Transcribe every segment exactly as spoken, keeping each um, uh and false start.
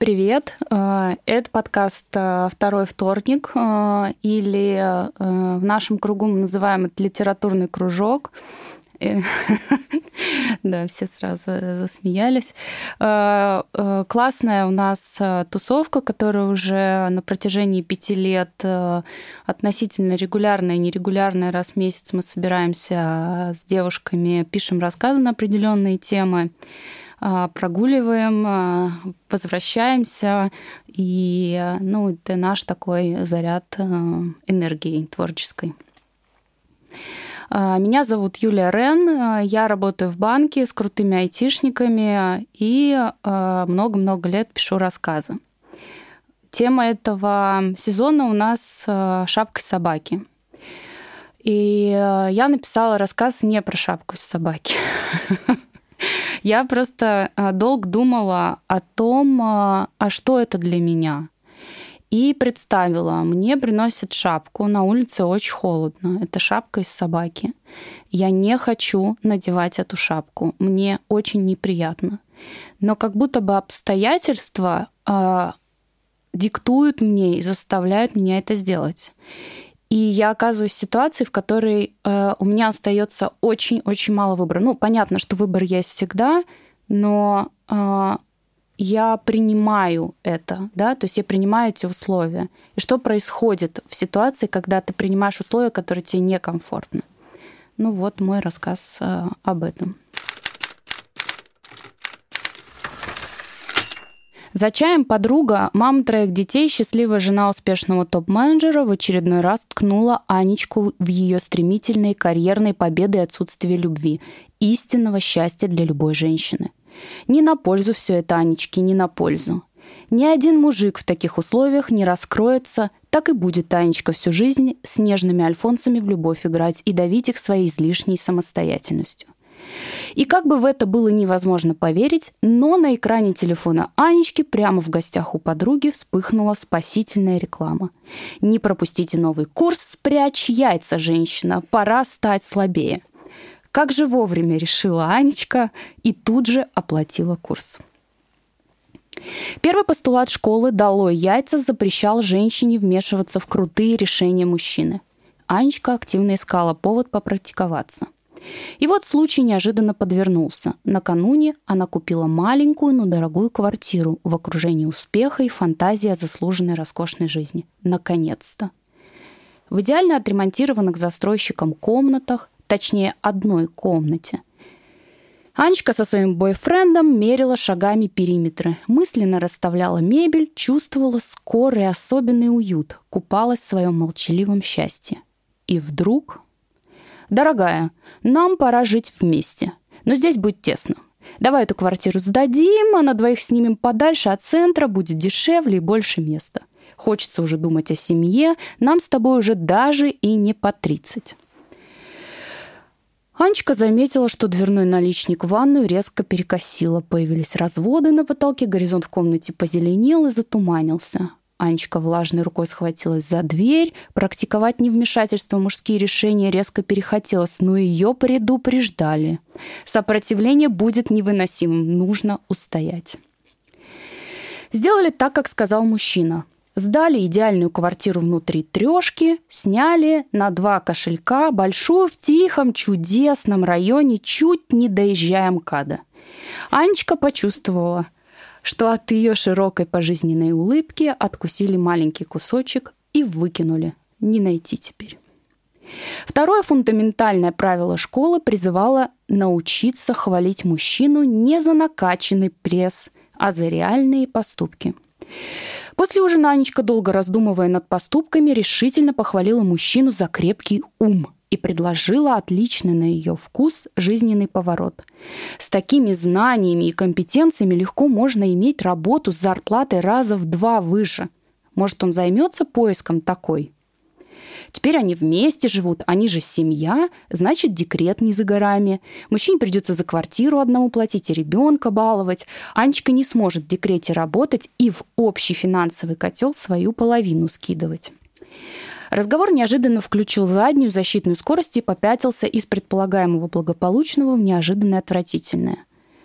привет! Это подкаст «Второй вторник», или в нашем кругу мы называем это «Литературный кружок». Да, все сразу засмеялись. Классная у нас тусовка, которая уже на протяжении пяти лет относительно регулярная и нерегулярная. Раз в месяц мы собираемся с девушками, пишем рассказы на определенные темы, прогуливаем, возвращаемся. И ну, это наш такой заряд энергии творческой. Меня зовут Юлия Рен, я работаю в банке с крутыми айтишниками и много-много лет пишу рассказы. Тема этого сезона у нас «Шапка собаки». И я написала рассказ не про шапку с собаки. Я просто долго думала о том, а что это для меня. И представила, мне приносят шапку, на улице очень холодно, это шапка из собаки. Я не хочу надевать эту шапку, мне очень неприятно. Но как будто бы обстоятельства э, диктуют мне и заставляют меня это сделать. И я оказываюсь в ситуации, в которой э, у меня остается очень-очень мало выбора. Ну, понятно, что выбор есть всегда, но... Э, я принимаю это, да, то есть я принимаю эти условия. И что происходит в ситуации, когда ты принимаешь условия, которые тебе некомфортны? Ну вот мой рассказ э, об этом. За чаем подруга, мама троих детей, счастливая жена успешного топ-менеджера в очередной раз ткнула Анечку в ее стремительные карьерные победы и отсутствие любви, истинного счастья для любой женщины. Не на пользу все это Анечке, не на пользу. Ни один мужик в таких условиях не раскроется, так и будет Анечка всю жизнь с нежными альфонсами в любовь играть и давить их своей излишней самостоятельностью. И как бы в это было невозможно поверить, но на экране телефона Анечки прямо в гостях у подруги вспыхнула спасительная реклама. «Не пропустите новый курс, спрячь яйца, женщина, пора стать слабее». Как же вовремя решила Анечка и тут же оплатила курс. Первый постулат школы «Долой яйца» запрещал женщине вмешиваться в крутые решения мужчины. Анечка активно искала повод попрактиковаться. И вот случай неожиданно подвернулся. Накануне она купила маленькую, но дорогую квартиру в окружении успеха и фантазии о заслуженной роскошной жизни. Наконец-то. В идеально отремонтированных застройщиком комнатах, точнее, одной комнате, Анечка со своим бойфрендом мерила шагами периметры, мысленно расставляла мебель, чувствовала скорый особенный уют, купалась в своем молчаливом счастье. И вдруг... «Дорогая, нам пора жить вместе, но здесь будет тесно. Давай эту квартиру сдадим, а на двоих снимем подальше от центра, будет дешевле и больше места. Хочется уже думать о семье, нам с тобой уже даже и не по тридцать». Анечка заметила, что дверной наличник в ванную резко перекосило. Появились разводы на потолке, горизонт в комнате позеленел и затуманился. Анечка влажной рукой схватилась за дверь. Практиковать невмешательство в мужские решения резко перехотелось, но ее предупреждали. Сопротивление будет невыносимым, нужно устоять. Сделали так, как сказал мужчина. Сдали идеальную квартиру внутри трешки, сняли на два кошелька большую в тихом, чудесном районе, чуть не доезжая МКАДа. Анечка почувствовала, что от ее широкой пожизненной улыбки откусили маленький кусочек и выкинули. Не найти теперь. Второе фундаментальное правило школы призывало научиться хвалить мужчину не за накачанный пресс, а за реальные поступки. После ужина Анечка, долго раздумывая над поступками, решительно похвалила мужчину за крепкий ум и предложила отличный на ее вкус жизненный поворот. С такими знаниями и компетенциями легко можно иметь работу с зарплатой раза в два выше. Может, он займется поиском такой? Теперь они вместе живут, они же семья, значит, декрет не за горами. Мужчине придется за квартиру одному платить и ребенка баловать. Анечка не сможет в декрете работать и в общий финансовый котел свою половину скидывать. Разговор неожиданно включил заднюю защитную скорость и попятился из предполагаемого благополучного в неожиданное отвратительное.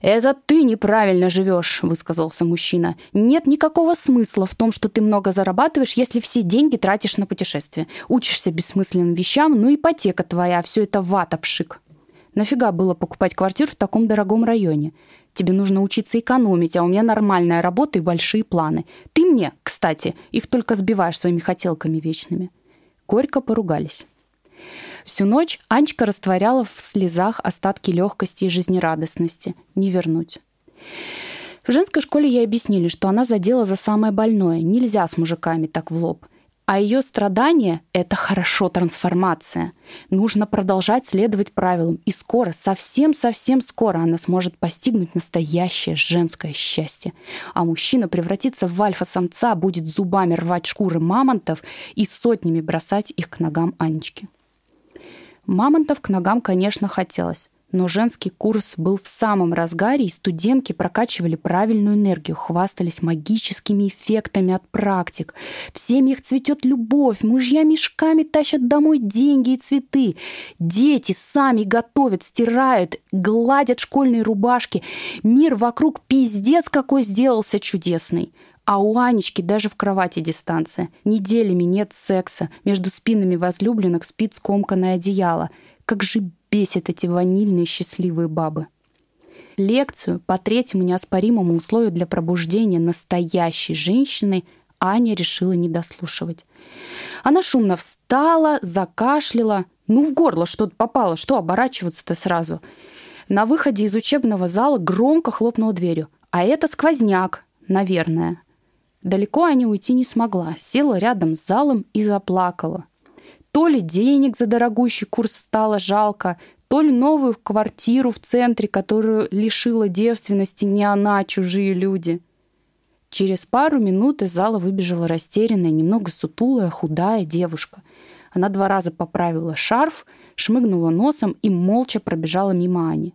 «Это ты неправильно живешь», — высказался мужчина. «Нет никакого смысла в том, что ты много зарабатываешь, если все деньги тратишь на путешествия. Учишься бессмысленным вещам, ну ипотека твоя, все это вата-пшик. Нафига было покупать квартиру в таком дорогом районе? Тебе нужно учиться экономить, а у меня нормальная работа и большие планы. Ты мне, кстати, их только сбиваешь своими хотелками вечными». Горько поругались. Всю ночь Анечка растворяла в слезах остатки легкости и жизнерадостности. Не вернуть. В женской школе ей объяснили, что она задела за самое больное. Нельзя с мужиками так в лоб. А ее страдание – это хорошо трансформация. Нужно продолжать следовать правилам. И скоро, совсем-совсем скоро она сможет постигнуть настоящее женское счастье. А мужчина превратится в альфа-самца, будет зубами рвать шкуры мамонтов и сотнями бросать их к ногам Анечки. Мамонтов к ногам, конечно, хотелось. Но женский курс был в самом разгаре, и студентки прокачивали правильную энергию, хвастались магическими эффектами от практик. В семьях цветет любовь, мужья мешками тащат домой деньги и цветы. Дети сами готовят, стирают, гладят школьные рубашки. Мир вокруг пиздец какой сделался чудесный. А у Анечки даже в кровати дистанция. Неделями нет секса. Между спинами возлюбленных спит скомканное одеяло. Как же бесят эти ванильные счастливые бабы. Лекцию по третьему неоспоримому условию для пробуждения настоящей женщины Аня решила не дослушивать. Она шумно встала, закашляла. Ну, в горло что-то попало. Что оборачиваться-то сразу? На выходе из учебного зала громко хлопнула дверью. А это сквозняк, наверное. Далеко Аня уйти не смогла. Села рядом с залом и заплакала. То ли денег за дорогущий курс стало жалко, то ли новую квартиру в центре, которую лишила девственности не она, а чужие люди. Через пару минут из зала выбежала растерянная, немного сутулая, худая девушка. Она два раза поправила шарф, шмыгнула носом и молча пробежала мимо Ани.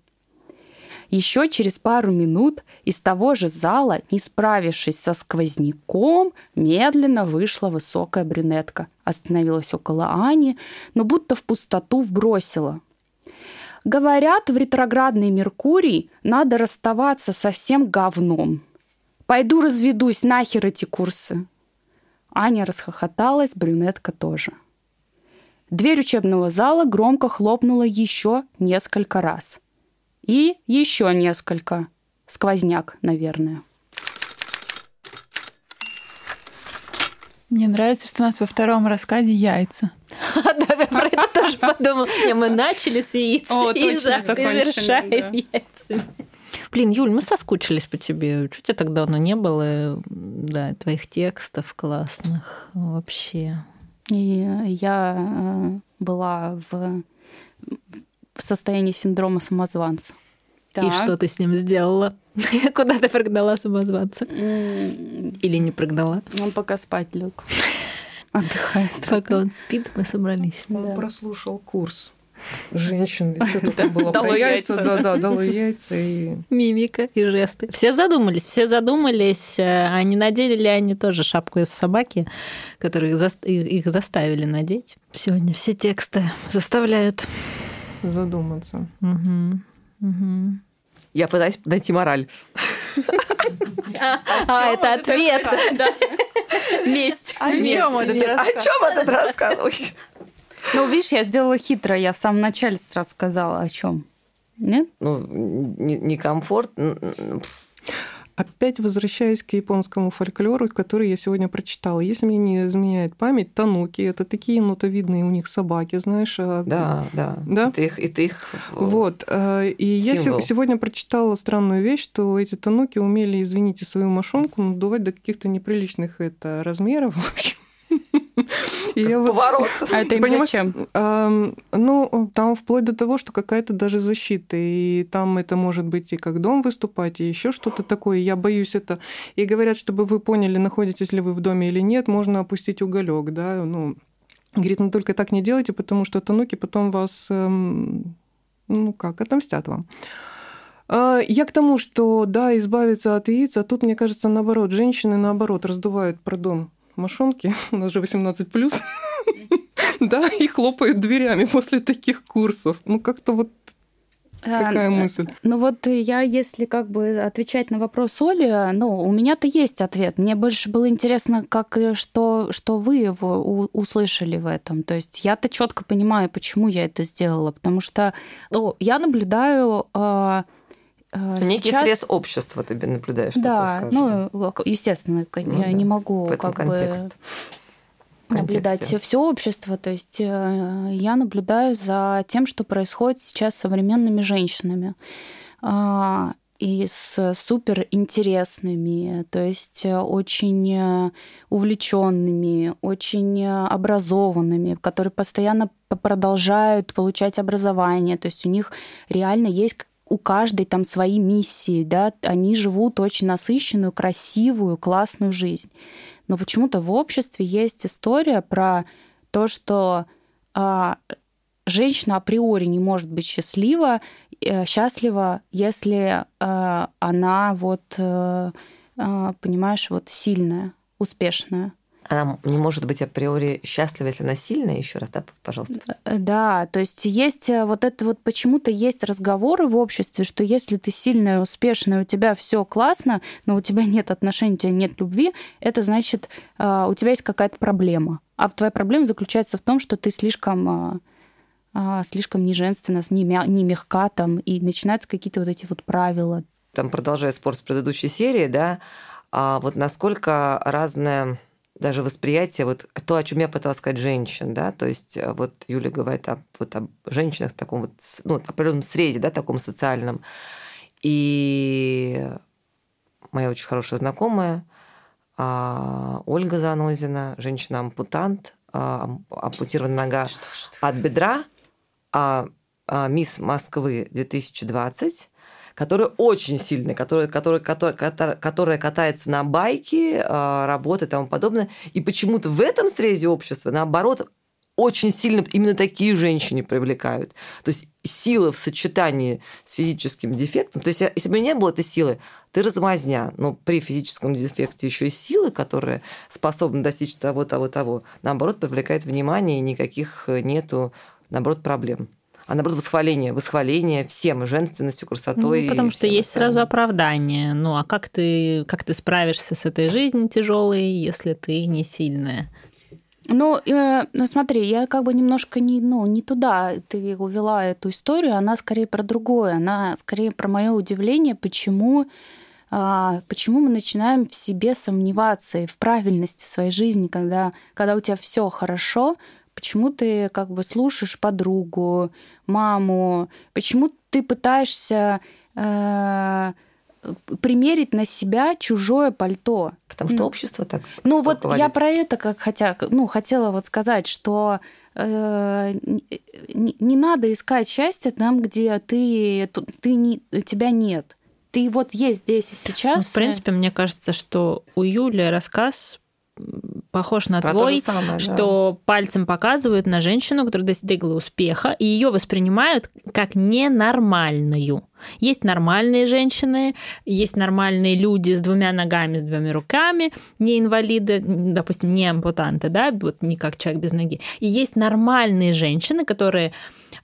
Еще через пару минут из того же зала, не справившись со сквозняком, медленно вышла высокая брюнетка. Остановилась около Ани, но будто в пустоту вбросила. «Говорят, в ретроградный Меркурий надо расставаться со всем говном. Пойду разведусь, нахер эти курсы». Аня расхохоталась, брюнетка тоже. Дверь учебного зала громко хлопнула еще несколько раз. И еще несколько. Сквозняк, наверное. Мне нравится, что у нас во втором рассказе яйца. Да, я про это тоже подумала. Мы начали с яиц и завершаем яйцами. Блин, Юль, мы соскучились по тебе. Чуть тебя так давно не было. Да, твоих текстов классных вообще. И я была в... в состоянии синдрома самозванца. Так. И что ты с ним сделала? Куда ты прогнала самозванца? Или не прогнала? Он пока спать лег. Отдыхает. Пока он спит, мы собрались. Он да. прослушал курс женщины. Что только было про яйца. Да-да, дало яйца и... Мимика и жесты. Все задумались, все задумались. А не надели ли они тоже шапку из собаки, которую их заставили надеть? Сегодня все тексты заставляют... задуматься. Угу. Угу. Я пытаюсь найти мораль. А, это ответ. Месть. О чем этот рассказ? О чем этот рассказ? Ну, видишь, я сделала хитро. Я в самом начале сразу сказала, о чем. Нет? Ну, некомфорт. Опять возвращаюсь к японскому фольклору, который я сегодня прочитала. Если мне не изменяет память, тануки — это такие нотовидные у них собаки, знаешь. Да, да. да? Это их, это их вот. И символ. Я сегодня прочитала странную вещь, что эти тануки умели, извините, свою мошонку надувать до каких-то неприличных это, размеров. В общем. И я поворот. Вот, а это им зачем? А, ну, там вплоть до того, что какая-то даже защита. И там это может быть и как дом выступать, и еще что-то такое. Я боюсь это. И говорят, чтобы вы поняли, находитесь ли вы в доме или нет, можно опустить уголек, да. Ну, говорит, ну только так не делайте, потому что тануки потом вас, эм, ну как, отомстят вам. Я к тому, что, да, избавиться от яиц, а тут, мне кажется, наоборот, женщины, наоборот, раздувают, пардон, мошонки, у нас же восемнадцать плюс, да, и хлопают дверями после таких курсов. Ну, как-то вот Такая мысль. Ну вот я, если как бы отвечать на вопрос Оли, ну, у меня-то есть ответ. Мне больше было интересно, как, что, что вы его услышали в этом. То есть я-то четко понимаю, почему я это сделала. Потому что ну, я наблюдаю... Некий сейчас... срез общества ты наблюдаешь, да, ну, естественно, ну, я да. не могу в этом как контекст. бы наблюдать все общество. То есть я наблюдаю за тем, что происходит сейчас с современными женщинами. И с суперинтересными, то есть очень увлеченными, очень образованными, которые постоянно продолжают получать образование. То есть у них реально есть у каждой там свои миссии, да, они живут очень насыщенную, красивую, классную жизнь. Но почему-то в обществе есть история про то, что а, женщина априори не может быть счастлива, э, счастлива, если э, она вот, э, э, понимаешь, вот сильная, успешная. Она не может быть априори счастлива, если она сильная? Еще раз, да, пожалуйста. Да, то есть есть вот это вот почему-то есть разговоры в обществе, что если ты сильная, успешная, у тебя все классно, но у тебя нет отношений, у тебя нет любви, это значит, у тебя есть какая-то проблема. А твоя проблема заключается в том, что ты слишком, слишком не женственна, не мягка там, и начинаются какие-то вот эти вот правила. Там, продолжая спор с предыдущей серии, да, вот насколько разное... даже восприятие, вот то, о чем я пыталась сказать, женщин, да, то есть вот Юля говорит о, вот об женщинах в таком вот, ну, определенном срезе, да, таком социальном. И моя очень хорошая знакомая Ольга Занозина, женщина-ампутант, ампутирована нога от бедра, мисс Москвы две тысячи двадцать, которая очень сильная, которая, которая, которая, которая катается на байке, работает и тому подобное. И почему-то в этом срезе общества, наоборот, очень сильно именно такие женщины привлекают. То есть сила в сочетании с физическим дефектом. То есть если бы не было этой силы, ты размазня. Но при физическом дефекте еще и силы, которая способна достичь того, того, того, наоборот, привлекает внимание, и никаких нету, наоборот, проблем. А наоборот, восхваление, восхваление всем, и женственностью, красотой. Ну, потому и что есть остальным. Сразу оправдание. Ну, а как ты, как ты справишься с этой жизнью тяжелой, если ты не сильная? Ну, э, ну, смотри, я как бы немножко не, ну, не туда ты увела эту историю, она скорее про другое, она скорее про мое удивление, почему, э, почему мы начинаем в себе сомневаться и в правильности своей жизни, когда, когда у тебя все хорошо. Почему ты как бы слушаешь подругу, маму? Почему ты пытаешься э, примерить на себя чужое пальто? Потому что общество так. Ну вот я про это как хотя, ну, хотела вот сказать, что э, не, не надо искать счастье там, где ты, ты не, тебя нет. Ты вот есть здесь и сейчас. Ну, в принципе, мне кажется, что у Юли рассказ похож на Про твой, самое, что да. пальцем показывают на женщину, которая достигла успеха, и ее воспринимают как ненормальную. Есть нормальные женщины, есть нормальные люди с двумя ногами, с двумя руками, не инвалиды, допустим, не ампутанты, да, вот не как человек без ноги. И есть нормальные женщины, которые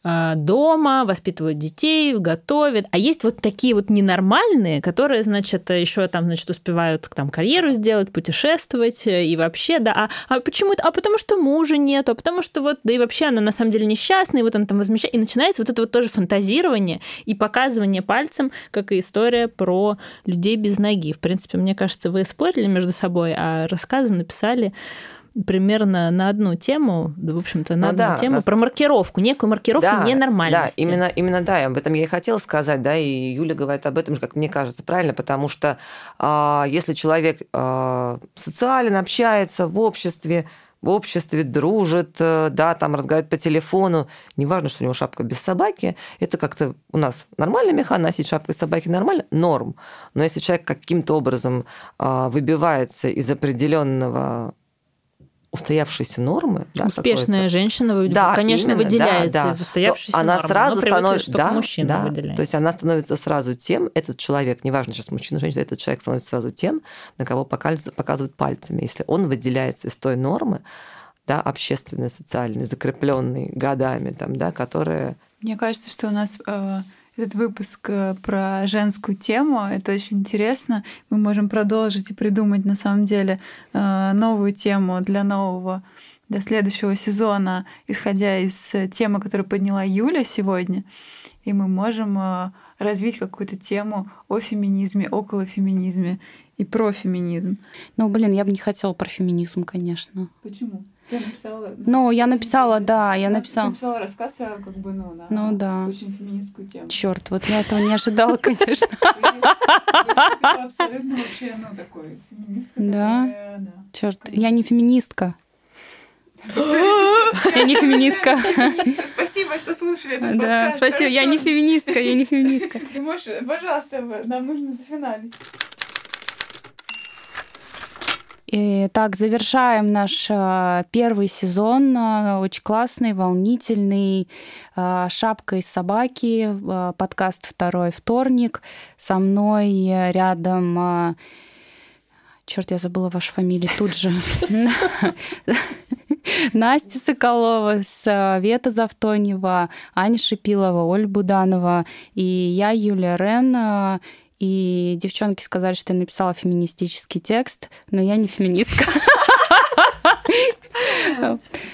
дома воспитывают детей, готовят. А есть вот такие вот ненормальные, которые, значит, еще там, значит, успевают там карьеру сделать, путешествовать и вообще, да. А, а почему это? А потому что мужа нету, а потому что вот, да и вообще она на самом деле несчастная, и вот она там возмещает. И начинается вот это вот тоже фантазирование и показывание пальцем, как и история про людей без ноги. В принципе, мне кажется, вы спорили между собой, а рассказы написали примерно на одну тему, в общем-то, на ну, одну да, тему, нас... про маркировку, некую маркировку да, ненормальности. Да, именно, именно да, об этом я и хотела сказать, да, и Юля говорит об этом же, как мне кажется, правильно, потому что э, если человек э, социален, общается в обществе, в обществе дружит, э, да, там разговаривает по телефону, неважно, что у него шапка без собаки, это как-то у нас нормально меха носить шапку без собаки, нормально, норм. Но если человек каким-то образом э, выбивается из определенного устоявшейся нормы. Да, успешная женщина, да, конечно, именно, выделяется да, да. из устоявшейся она нормы. Сразу становится, да, мужчина да, выделяется. То есть она становится сразу тем, этот человек, неважно сейчас мужчина, женщина, этот человек становится сразу тем, на кого показывают пальцами. Если он выделяется из той нормы, да, общественной, социальной, закрепленной годами, там, да, которая... Мне кажется, что у нас... Э... этот выпуск про женскую тему. Это очень интересно. Мы можем продолжить и придумать на самом деле новую тему для нового, для следующего сезона, исходя из темы, которую подняла Юля сегодня. И мы можем развить какую-то тему о феминизме, около феминизме и про феминизм. Ну, блин, я бы не хотела про феминизм, конечно. Почему? Ты написала... Ну, я написала, да, я написала... Ты написала рассказ, как бы, ну, на ну, да. очень феминистскую тему. Черт, вот я этого не ожидала, конечно. Я абсолютно вообще, ну, такой феминистка, да? Черт, я не феминистка. Я не феминистка. Спасибо, что слушали этот подкаст. Да, спасибо, я не феминистка, я не феминистка. Ты можешь, пожалуйста, нам нужно зафиналить. Итак, завершаем наш первый сезон, очень классный, волнительный, «Шапка из собаки», подкаст «Второй вторник». Со мной рядом... Черт, я забыла вашу фамилию тут же. Настя Соколова, Света Завтонева, Аня Шипилова, Ольга Буданова и я, Юлия Рен. И девчонки сказали, что я написала феминистический текст, но я не феминистка.